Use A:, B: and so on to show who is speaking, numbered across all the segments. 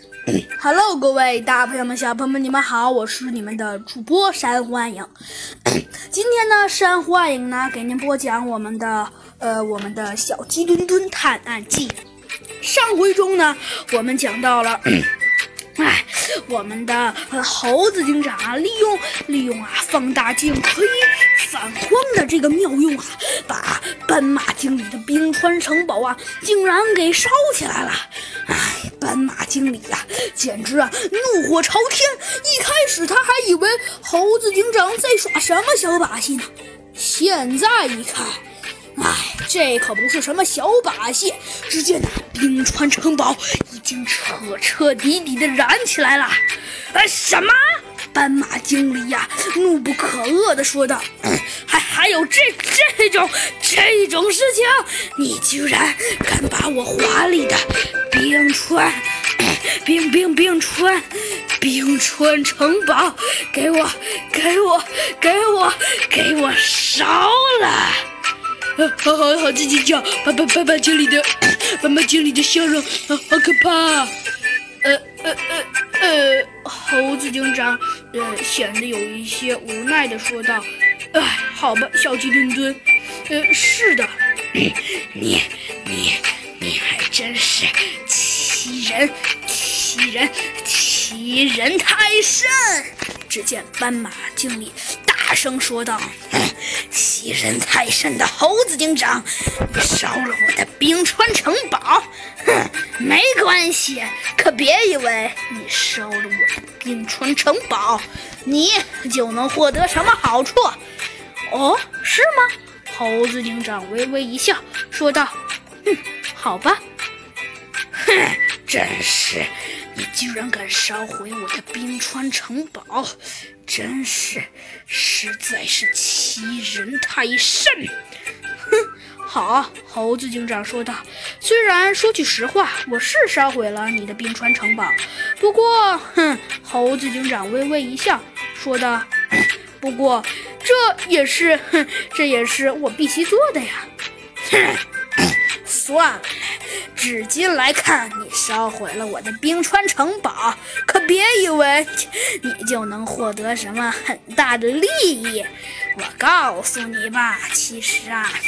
A: Hello， 各位大朋友们、小朋友们，你们好，我是你们的主播山幻影。今天呢，山幻影呢给您播讲我们的小鸡墩墩探案记。上回中呢，我们讲到了，我们的猴子警长啊，利用放大镜可以反光的这个妙用啊，把斑马经理的冰川城堡啊，竟然给烧起来了。斑马经理啊，简直怒火朝天。一开始他还以为猴子警长在耍什么小把戏呢，现在一看，这可不是什么小把戏。只见冰川城堡已经彻底的燃起来了。什么？斑马经理呀，怒不可遏地说道：“还有这种事情，你居然敢把我华丽的冰川城堡给我烧了！”好叽叫！斑马经理的笑容好可怕！猴子警长显得有一些无奈地说道：“好吧，小鸡墩墩，是的，你还真是欺人太甚！”只见斑马经理大声说道：“欺人太甚的猴子警长，你烧了我的冰川城堡，没关系，可别以为你烧了我的冰川城堡，你就能获得什么好处。”哦，是吗？猴子警长微微一笑，说道：“好吧。”真是，你居然敢烧毁我的冰川城堡，实在是欺人太甚。好，猴子警长说道，虽然说句实话，我是烧毁了你的冰川城堡，不过，猴子警长微微一笑，说道，不过这也是我必须做的呀。算了，至今来看，你烧毁了我的冰川城堡，可别以为你就能获得什么很大的利益。我告诉你吧，其实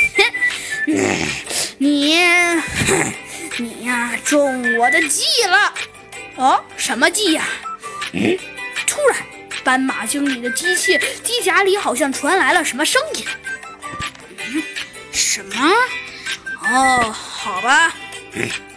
A: 你呀中我的计了。哦，什么计呀？突然，斑马经理的机甲里好像传来了什么声音。什么？哦，好吧，